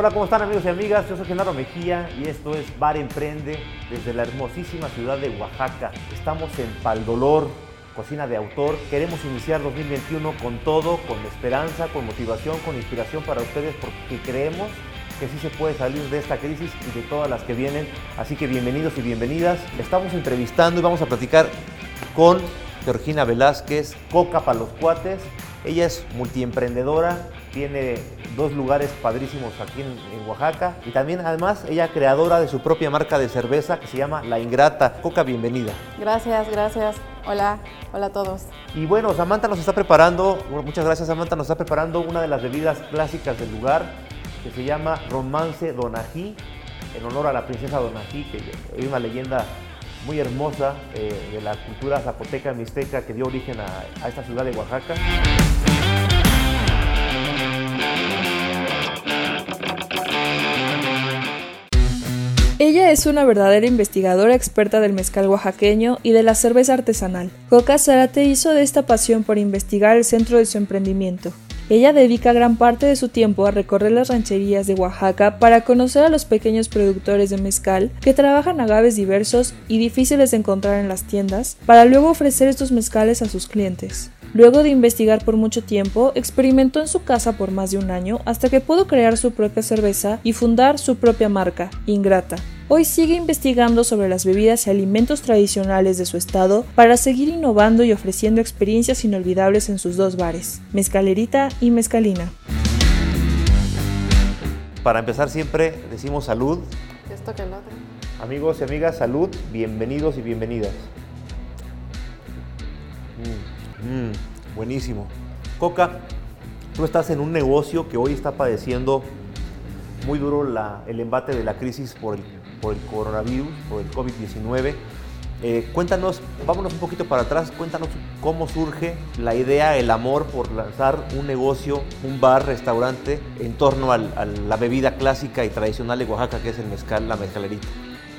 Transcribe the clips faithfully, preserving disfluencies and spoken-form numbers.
Hola, ¿cómo están amigos y amigas? Yo soy Genaro Mejía y esto es Bar Emprende desde la hermosísima ciudad de Oaxaca. Estamos en Pal Dolor, cocina de autor. Queremos iniciar dos mil veintiuno con todo, con esperanza, con motivación, con inspiración para ustedes porque creemos que sí se puede salir de esta crisis y de todas las que vienen. Así que bienvenidos y bienvenidas. Estamos entrevistando y vamos a platicar con Georgina Velázquez, Coca para los cuates. Ella es multiemprendedora, tiene dos lugares padrísimos aquí en, en Oaxaca y también además ella creadora de su propia marca de cerveza que se llama La Ingrata. Coca, bienvenida. Gracias, gracias. Hola, hola a todos. Y bueno, Samantha nos está preparando, muchas gracias Samantha, nos está preparando una de las bebidas clásicas del lugar que se llama Romance Donají, en honor a la princesa Donají, que hay una leyenda muy hermosa eh, de la cultura zapoteca mixteca que dio origen a, a esta ciudad de Oaxaca. Ella es una verdadera investigadora experta del mezcal oaxaqueño y de la cerveza artesanal. Coca Zárate hizo de esta pasión por investigar el centro de su emprendimiento. Ella dedica gran parte de su tiempo a recorrer las rancherías de Oaxaca para conocer a los pequeños productores de mezcal que trabajan agaves diversos y difíciles de encontrar en las tiendas, para luego ofrecer estos mezcales a sus clientes. Luego de investigar por mucho tiempo, experimentó en su casa por más de un año hasta que pudo crear su propia cerveza y fundar su propia marca, Ingrata. Hoy sigue investigando sobre las bebidas y alimentos tradicionales de su estado para seguir innovando y ofreciendo experiencias inolvidables en sus dos bares, Mezcalerita y Mezcalina. Para empezar siempre decimos salud. Esto que el otro. Amigos y amigas, salud, bienvenidos y bienvenidas. Mm, mm, buenísimo. Coca, tú estás en un negocio que hoy está padeciendo muy duro la, el embate de la crisis por el por el coronavirus, por el COVID diecinueve. Eh, cuéntanos, vámonos un poquito para atrás, cuéntanos cómo surge la idea, el amor por lanzar un negocio, un bar, restaurante, en torno al, a la bebida clásica y tradicional de Oaxaca, que es el mezcal, la mezcalerita.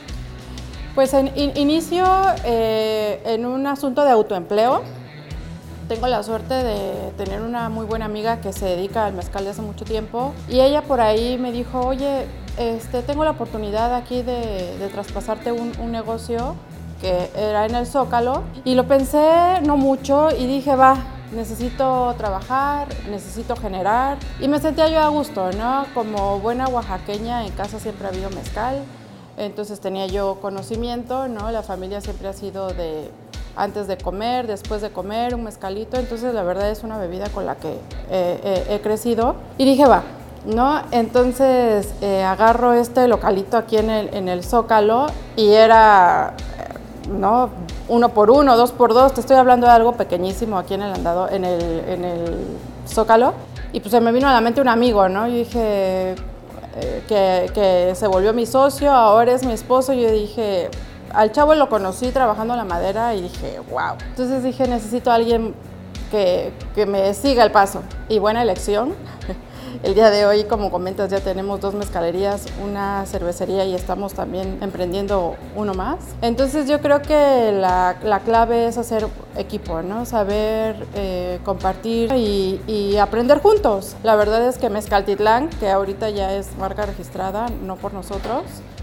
Pues en, in, inicio eh, en un asunto de autoempleo. Tengo la suerte de tener una muy buena amiga que se dedica al mezcal desde hace mucho tiempo y ella por ahí me dijo, oye, este, tengo la oportunidad aquí de, de traspasarte un, un negocio que era en el Zócalo y lo pensé no mucho y dije, va, necesito trabajar, necesito generar y me sentía yo a gusto, ¿no? Como buena oaxaqueña en casa siempre ha habido mezcal, entonces tenía yo conocimiento, ¿no? La familia siempre ha sido de antes de comer, después de comer, un mezcalito, entonces la verdad es una bebida con la que eh, eh, he crecido y dije, va, ¿no? Entonces eh, agarro este localito aquí en el, en el Zócalo y era, ¿no? Uno por uno, dos por dos, te estoy hablando de algo pequeñísimo aquí en el andado, en el, en el Zócalo y pues se me vino a la mente un amigo, ¿no? Yo dije eh, que, que se volvió mi socio, ahora es mi esposo, y yo dije, al chavo lo conocí trabajando la madera y dije, wow. Entonces dije, necesito a alguien que, que me siga el paso. Y buena elección. El día de hoy, como comentas, ya tenemos dos mezcalerías, una cervecería y estamos también emprendiendo uno más. Entonces yo creo que la, la clave es hacer equipo, ¿no? Saber eh, compartir y, y aprender juntos. La verdad es que Mezcaltitlán, que ahorita ya es marca registrada, no por nosotros,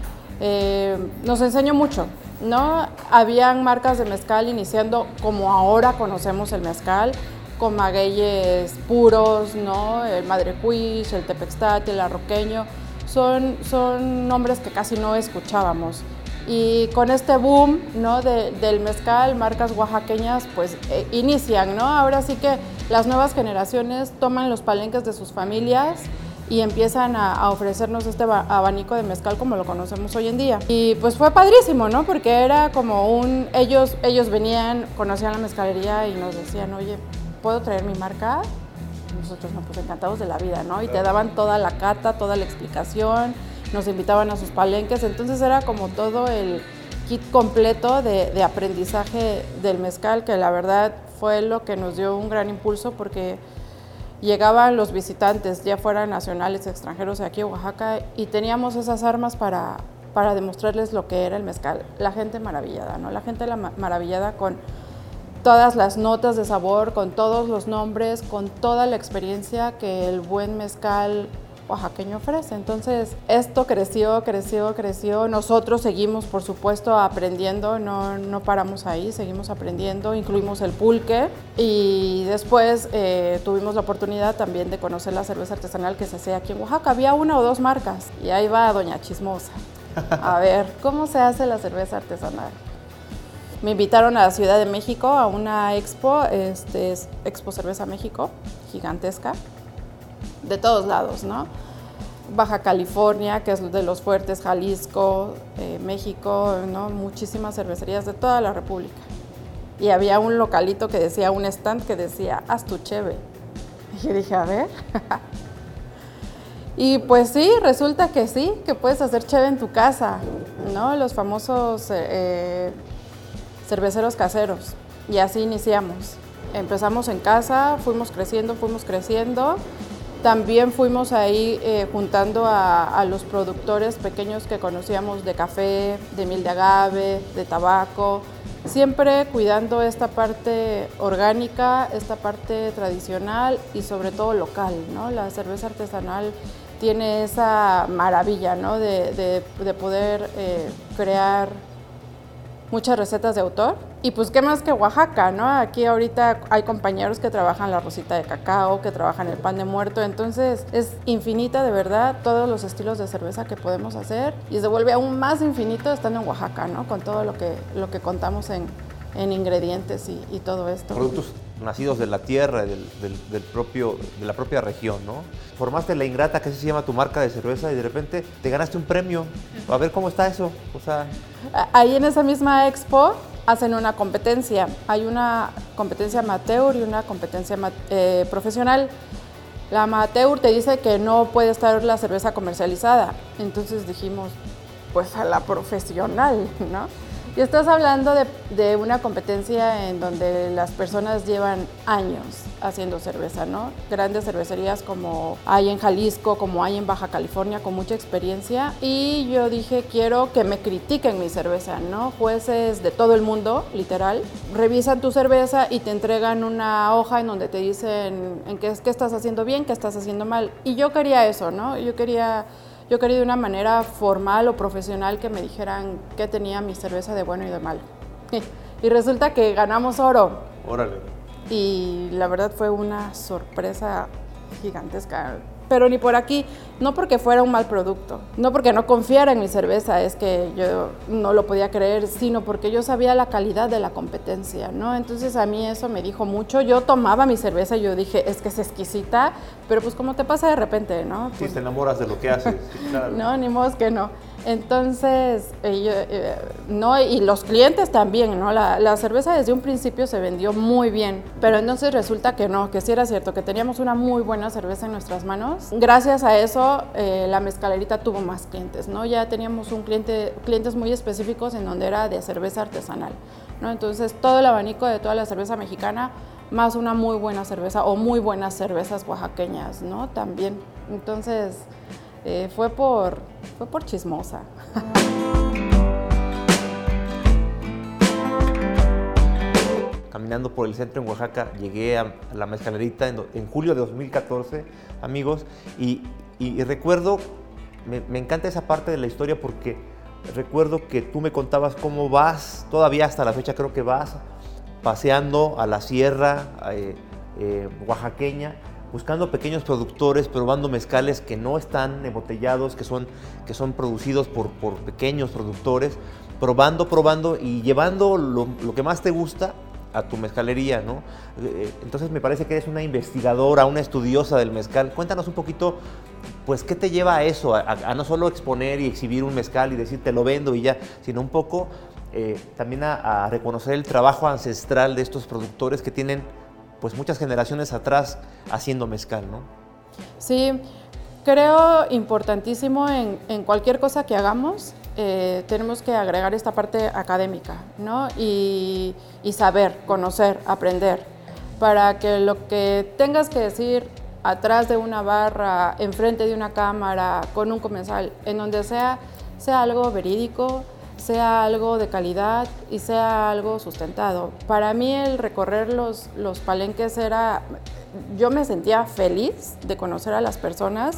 Eh, nos enseñó mucho, ¿no? Habían marcas de mezcal iniciando como ahora conocemos el mezcal, con magueyes puros, ¿no? El Madre Cuis, el Tepextate, el Arroqueño, son, son nombres que casi no escuchábamos. Y con este boom, ¿no? de, del mezcal, marcas oaxaqueñas pues eh, inician, ¿no? Ahora sí que las nuevas generaciones toman los palenques de sus familias y empiezan a, a ofrecernos este abanico de mezcal como lo conocemos hoy en día. Y pues fue padrísimo, ¿no? Porque era como un... Ellos, ellos venían, conocían la mezcalería y nos decían, oye, ¿puedo traer mi marca? Nosotros, no, pues encantados de la vida, ¿no? Y te daban toda la cata, toda la explicación, nos invitaban a sus palenques, entonces era como todo el kit completo de, de aprendizaje del mezcal, que la verdad fue lo que nos dio un gran impulso porque llegaban los visitantes, ya fueran nacionales, extranjeros, aquí a Oaxaca, y teníamos esas armas para, para demostrarles lo que era el mezcal. La gente maravillada, ¿no? La gente la maravillada con todas las notas de sabor, con todos los nombres, con toda la experiencia que el buen mezcal oaxaqueño ofrece. Entonces, esto creció, creció, creció. Nosotros seguimos, por supuesto, aprendiendo, no, no paramos ahí, seguimos aprendiendo, incluimos el pulque y después eh, tuvimos la oportunidad también de conocer la cerveza artesanal que se hacía aquí en Oaxaca. Había una o dos marcas y ahí va Doña Chismosa. A ver, ¿cómo se hace la cerveza artesanal? Me invitaron a la Ciudad de México a una expo, este, Expo Cerveza México, gigantesca, de todos lados, ¿no? Baja California, que es de los fuertes, Jalisco, eh, México, ¿no? Muchísimas cervecerías de toda la República. Y había un localito que decía, un stand que decía, haz tu cheve. Y yo dije, a ver. Y pues sí, resulta que sí, que puedes hacer cheve en tu casa, ¿no? Los famosos eh, cerveceros caseros. Y así iniciamos. Empezamos en casa, fuimos creciendo, fuimos creciendo. También fuimos ahí eh, juntando a, a los productores pequeños que conocíamos de café, de miel de agave, de tabaco, siempre cuidando esta parte orgánica, esta parte tradicional y sobre todo local, ¿no? La cerveza artesanal tiene esa maravilla, ¿no? de, de, de poder eh, crear muchas recetas de autor. Y pues qué más que Oaxaca, ¿no? Aquí ahorita hay compañeros que trabajan la rosita de cacao, que trabajan el pan de muerto, entonces es infinita de verdad todos los estilos de cerveza que podemos hacer y se vuelve aún más infinito estando en Oaxaca, ¿no? Con todo lo que, lo que contamos en, en ingredientes y, y todo esto. Productos nacidos de la tierra, del, del, del propio, de la propia región, ¿no? Formaste La Ingrata, que así se llama tu marca de cerveza, y de repente te ganaste un premio. A ver cómo está eso. O sea... Ahí en esa misma expo hacen una competencia. Hay una competencia amateur y una competencia eh, profesional. La amateur te dice que no puede estar la cerveza comercializada. Entonces dijimos, pues a la profesional, ¿no? Y estás hablando de, de una competencia en donde las personas llevan años haciendo cerveza, ¿no? Grandes cervecerías como hay en Jalisco, como hay en Baja California, con mucha experiencia. Y yo dije, quiero que me critiquen mi cerveza, ¿no? Jueces de todo el mundo, literal, revisan tu cerveza y te entregan una hoja en donde te dicen en qué, qué estás haciendo bien, qué estás haciendo mal. Y yo quería eso, ¿no? Yo quería... Yo quería de una manera formal o profesional que me dijeran qué tenía mi cerveza de bueno y de malo. Y resulta que ganamos oro. Órale. Y la verdad fue una sorpresa gigantesca. Pero ni por aquí, no porque fuera un mal producto, no porque no confiara en mi cerveza, es que yo no lo podía creer, sino porque yo sabía la calidad de la competencia, ¿no? Entonces a mí eso me dijo mucho. Yo tomaba mi cerveza y yo dije, es que es exquisita, pero pues como te pasa de repente, ¿no? Sí, pues, te enamoras de lo que haces. Sí, claro. No, ni modo que no. Entonces, eh, yo, eh, no, y los clientes también, ¿no? La, la cerveza desde un principio se vendió muy bien, pero entonces resulta que no, que sí era cierto, que teníamos una muy buena cerveza en nuestras manos. Gracias a eso, eh, la mezcalerita tuvo más clientes, ¿no? Ya teníamos un cliente, clientes muy específicos en donde era de cerveza artesanal, ¿no? Entonces, todo el abanico de toda la cerveza mexicana, más una muy buena cerveza o muy buenas cervezas oaxaqueñas, ¿no? También. Entonces, eh, fue por, fue por chismosa. Caminando por el centro en Oaxaca, llegué a la mezcalerita en, en julio de dos mil catorce, amigos, y, y, y recuerdo, me, me encanta esa parte de la historia porque recuerdo que tú me contabas cómo vas, todavía hasta la fecha creo que vas paseando a la sierra eh, eh, oaxaqueña, buscando pequeños productores, probando mezcales que no están embotellados, que son, que son producidos por, por pequeños productores, probando, probando y llevando lo, lo que más te gusta a tu mezcalería, ¿no? Entonces me parece que eres una investigadora, una estudiosa del mezcal. Cuéntanos un poquito, pues, ¿qué te lleva a eso? A, a no solo exponer y exhibir un mezcal y decir te lo vendo y ya, sino un poco eh, también a, a reconocer el trabajo ancestral de estos productores que tienen pues muchas generaciones atrás haciendo mezcal, ¿no? Sí, creo importantísimo en, en cualquier cosa que hagamos, eh, tenemos que agregar esta parte académica, ¿no? Y, y saber, conocer, aprender, para que lo que tengas que decir atrás de una barra, enfrente de una cámara, con un comensal, en donde sea, sea algo verídico, sea algo de calidad y sea algo sustentado. Para mí el recorrer los, los palenques era, yo me sentía feliz de conocer a las personas,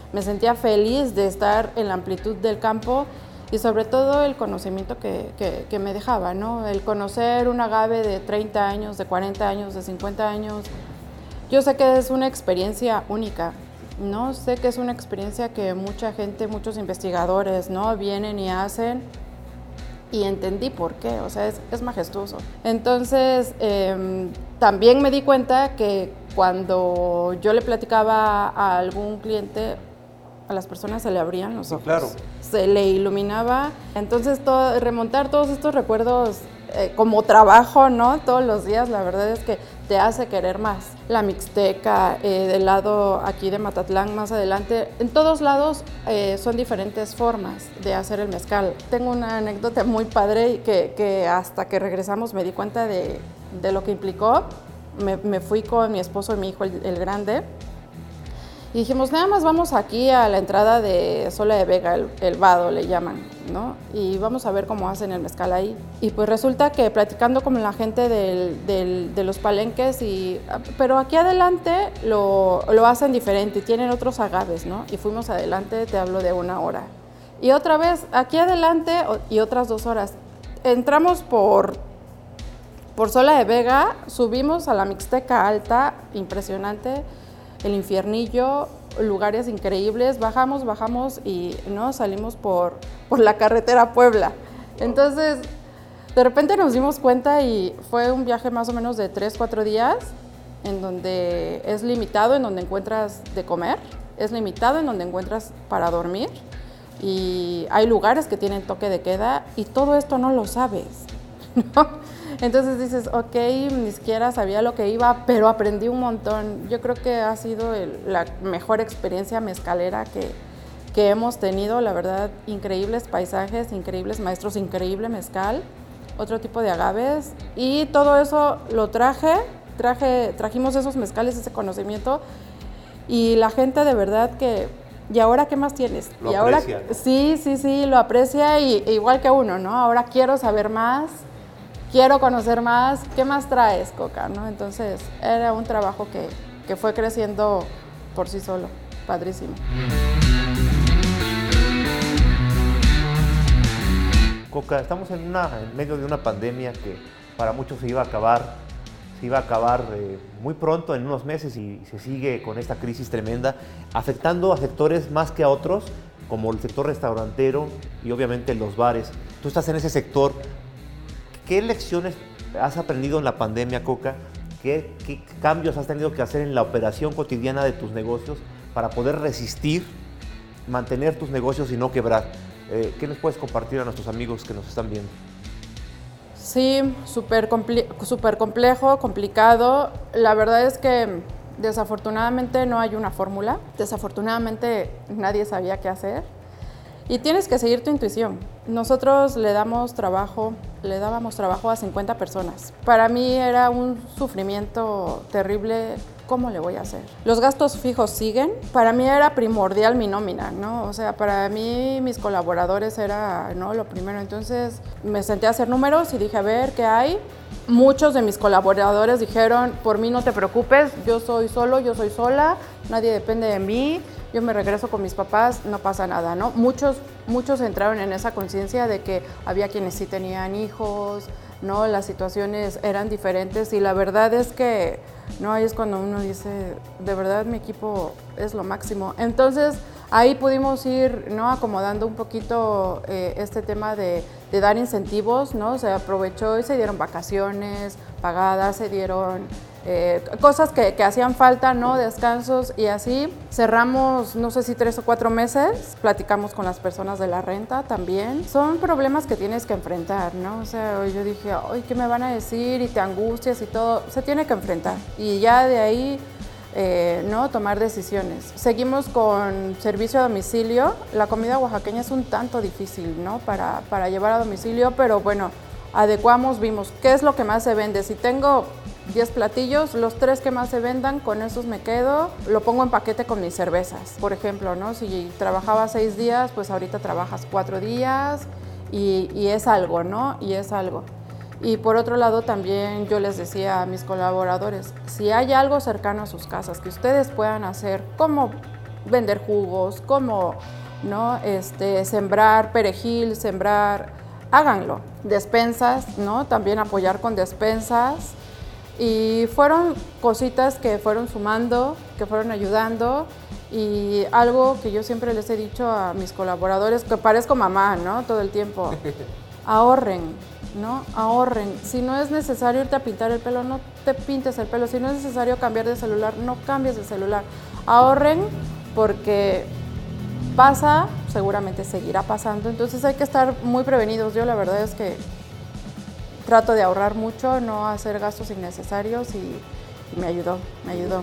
me sentía feliz de estar en la amplitud del campo y sobre todo el conocimiento que, que, que me dejaba, ¿no? El conocer un agave de treinta años, de cuarenta años, de cincuenta años. Yo sé que es una experiencia única, ¿no? Sé que es una experiencia que mucha gente, muchos investigadores, ¿no? Vienen y hacen y entendí por qué, o sea, es, es majestuoso. Entonces, eh, también me di cuenta que cuando yo le platicaba a algún cliente, a las personas se le abrían los ojos, sí, claro. Se le iluminaba. Entonces, todo, remontar todos estos recuerdos eh, como trabajo, ¿no? Todos los días, la verdad es que te hace querer más. La Mixteca, eh, del lado aquí de Matatlán, más adelante, en todos lados eh, son diferentes formas de hacer el mezcal. Tengo una anécdota muy padre que, que hasta que regresamos me di cuenta de, de lo que implicó. Me, me fui con mi esposo y mi hijo, el, el grande, y dijimos, nada más vamos aquí a la entrada de Sola de Vega, el, el vado le llaman, ¿no? Y vamos a ver cómo hacen el mezcal ahí. Y pues resulta que platicando con la gente del, del, de los palenques, y, pero aquí adelante lo, lo hacen diferente, tienen otros agaves, ¿no? Y fuimos adelante, te hablo de una hora. Y otra vez, aquí adelante y otras dos horas. Entramos por, por Sola de Vega, subimos a la Mixteca Alta, impresionante, el Infiernillo, lugares increíbles, bajamos, bajamos y no salimos por, por la carretera Puebla. Entonces, de repente nos dimos cuenta y fue un viaje más o menos de tres, cuatro días, en donde es limitado, en donde encuentras de comer, es limitado en donde encuentras para dormir, y hay lugares que tienen toque de queda y todo esto no lo sabes, ¿no? Entonces dices, ok, ni siquiera sabía lo que iba, pero aprendí un montón. Yo creo que ha sido el, la mejor experiencia mezcalera que, que hemos tenido, la verdad, increíbles paisajes, increíbles maestros, increíble mezcal, otro tipo de agaves, y todo eso lo traje, traje, trajimos esos mezcales, ese conocimiento, y la gente de verdad que, ¿y ahora qué más tienes? Lo y aprecia, ahora, ¿no? Sí, sí, sí, lo aprecia, y, igual que uno, ¿no? Ahora quiero saber más, quiero conocer más, ¿qué más traes, Coca? ¿No? Entonces, era un trabajo que, que fue creciendo por sí solo, padrísimo. Coca, estamos en, una, en medio de una pandemia que para muchos se iba a acabar, se iba a acabar eh, muy pronto, en unos meses, y se sigue con esta crisis tremenda, afectando a sectores más que a otros, como el sector restaurantero y obviamente los bares. Tú estás en ese sector. ¿Qué lecciones has aprendido en la pandemia, Coca? ¿Qué, ¿Qué cambios has tenido que hacer en la operación cotidiana de tus negocios para poder resistir, mantener tus negocios y no quebrar? Eh, ¿Qué les puedes compartir a nuestros amigos que nos están viendo? Sí, súper compli- súper complejo, complicado. La verdad es que desafortunadamente no hay una fórmula. Desafortunadamente nadie sabía qué hacer. Y tienes que seguir tu intuición. Nosotros le damos trabajo, le dábamos trabajo a cincuenta personas. Para mí era un sufrimiento terrible. ¿Cómo le voy a hacer? Los gastos fijos siguen. Para mí era primordial mi nómina, ¿no? O sea, para mí mis colaboradores era, ¿no?, lo primero. Entonces me senté a hacer números y dije, a ver, ¿qué hay? Muchos de mis colaboradores dijeron, por mí no te preocupes, yo soy solo, yo soy sola, nadie depende de mí, yo me regreso con mis papás, no pasa nada, ¿no? Muchos, muchos entraron en esa conciencia de que había quienes sí tenían hijos, ¿no? Las situaciones eran diferentes y la verdad es que, no, ahí es cuando uno dice, de verdad mi equipo es lo máximo. Entonces, ahí pudimos ir, ¿no?, acomodando un poquito eh, este tema de, de dar incentivos, ¿no? Se aprovechó y se dieron vacaciones pagadas, se dieron eh, cosas que, que hacían falta, ¿no?, descansos, y así cerramos, no sé si tres o cuatro meses, platicamos con las personas de la renta también. Son problemas que tienes que enfrentar, ¿no? O sea, yo dije, ay, ¿qué me van a decir? Y te angustias y todo, se tiene que enfrentar. Y ya de ahí Eh, ¿no?, tomar decisiones. Seguimos con servicio a domicilio. La comida oaxaqueña es un tanto difícil, ¿no?, para, para llevar a domicilio, pero bueno, adecuamos, vimos qué es lo que más se vende. Si tengo diez platillos, los tres que más se vendan, con esos me quedo, lo pongo en paquete con mis cervezas. Por ejemplo, ¿no?, si trabajabas seis días, pues ahorita trabajas cuatro días y, y es algo, ¿no? Y es algo. Y por otro lado también yo les decía a mis colaboradores, si hay algo cercano a sus casas que ustedes puedan hacer como vender jugos, como, ¿no? este, sembrar perejil, sembrar, háganlo. Despensas, ¿no? También apoyar con despensas. Y fueron cositas que fueron sumando, que fueron ayudando. Y algo que yo siempre les he dicho a mis colaboradores, que parezco mamá, ¿no? Todo el tiempo, ahorren, ¿no? Ahorren. Si no es necesario irte a pintar el pelo, no te pintes el pelo. Si no es necesario cambiar de celular, no cambies de celular. Ahorren porque pasa, seguramente seguirá pasando. Entonces hay que estar muy prevenidos. Yo la verdad es que trato de ahorrar mucho, no hacer gastos innecesarios y, y me ayudó, me ayudó.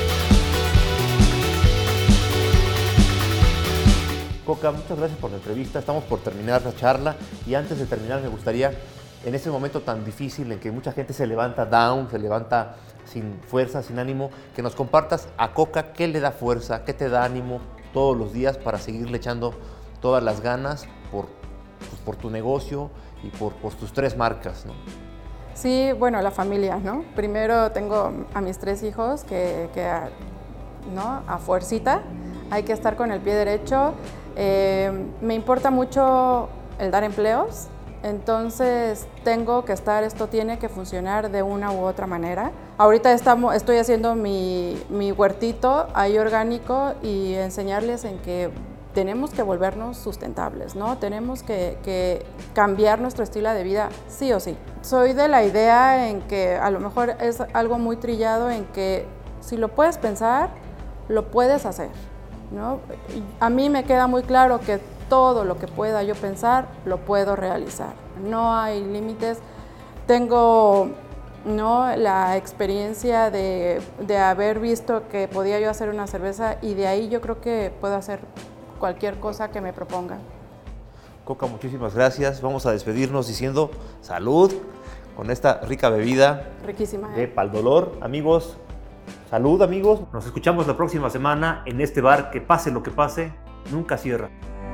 Coca, muchas gracias por la entrevista. Estamos por terminar la charla y antes de terminar me gustaría, en este momento tan difícil en que mucha gente se levanta down, se levanta sin fuerza, sin ánimo, que nos compartas a Coca qué le da fuerza, qué te da ánimo todos los días para seguirle echando todas las ganas por, pues, por tu negocio y por, por tus tres marcas, ¿no? Sí, bueno, la familia, ¿no? Primero tengo a mis tres hijos que, que ¿no? A fuercita, hay que estar con el pie derecho. Eh, me importa mucho el dar empleos, entonces tengo que estar, esto tiene que funcionar de una u otra manera. Ahorita estamos, estoy haciendo mi, mi huertito ahí orgánico y enseñarles en que tenemos que volvernos sustentables, ¿no? Tenemos que, que cambiar nuestro estilo de vida sí o sí. Soy de la idea en que a lo mejor es algo muy trillado en que si lo puedes pensar, lo puedes hacer, ¿no? A mí me queda muy claro que todo lo que pueda yo pensar, lo puedo realizar. No hay límites. Tengo, ¿no? la experiencia de, de haber visto que podía yo hacer una cerveza y de ahí yo creo que puedo hacer cualquier cosa que me proponga. Coca, muchísimas gracias. Vamos a despedirnos diciendo salud con esta rica bebida. Riquísima, ¿eh? De Paldolor. Amigos, salud amigos. Nos escuchamos la próxima semana en este bar que pase lo que pase, nunca cierra.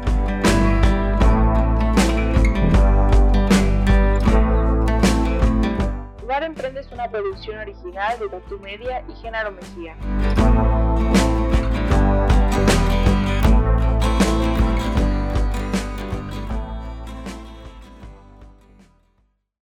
Bar Emprende es una producción original de Tatu Media y Genaro Mejía.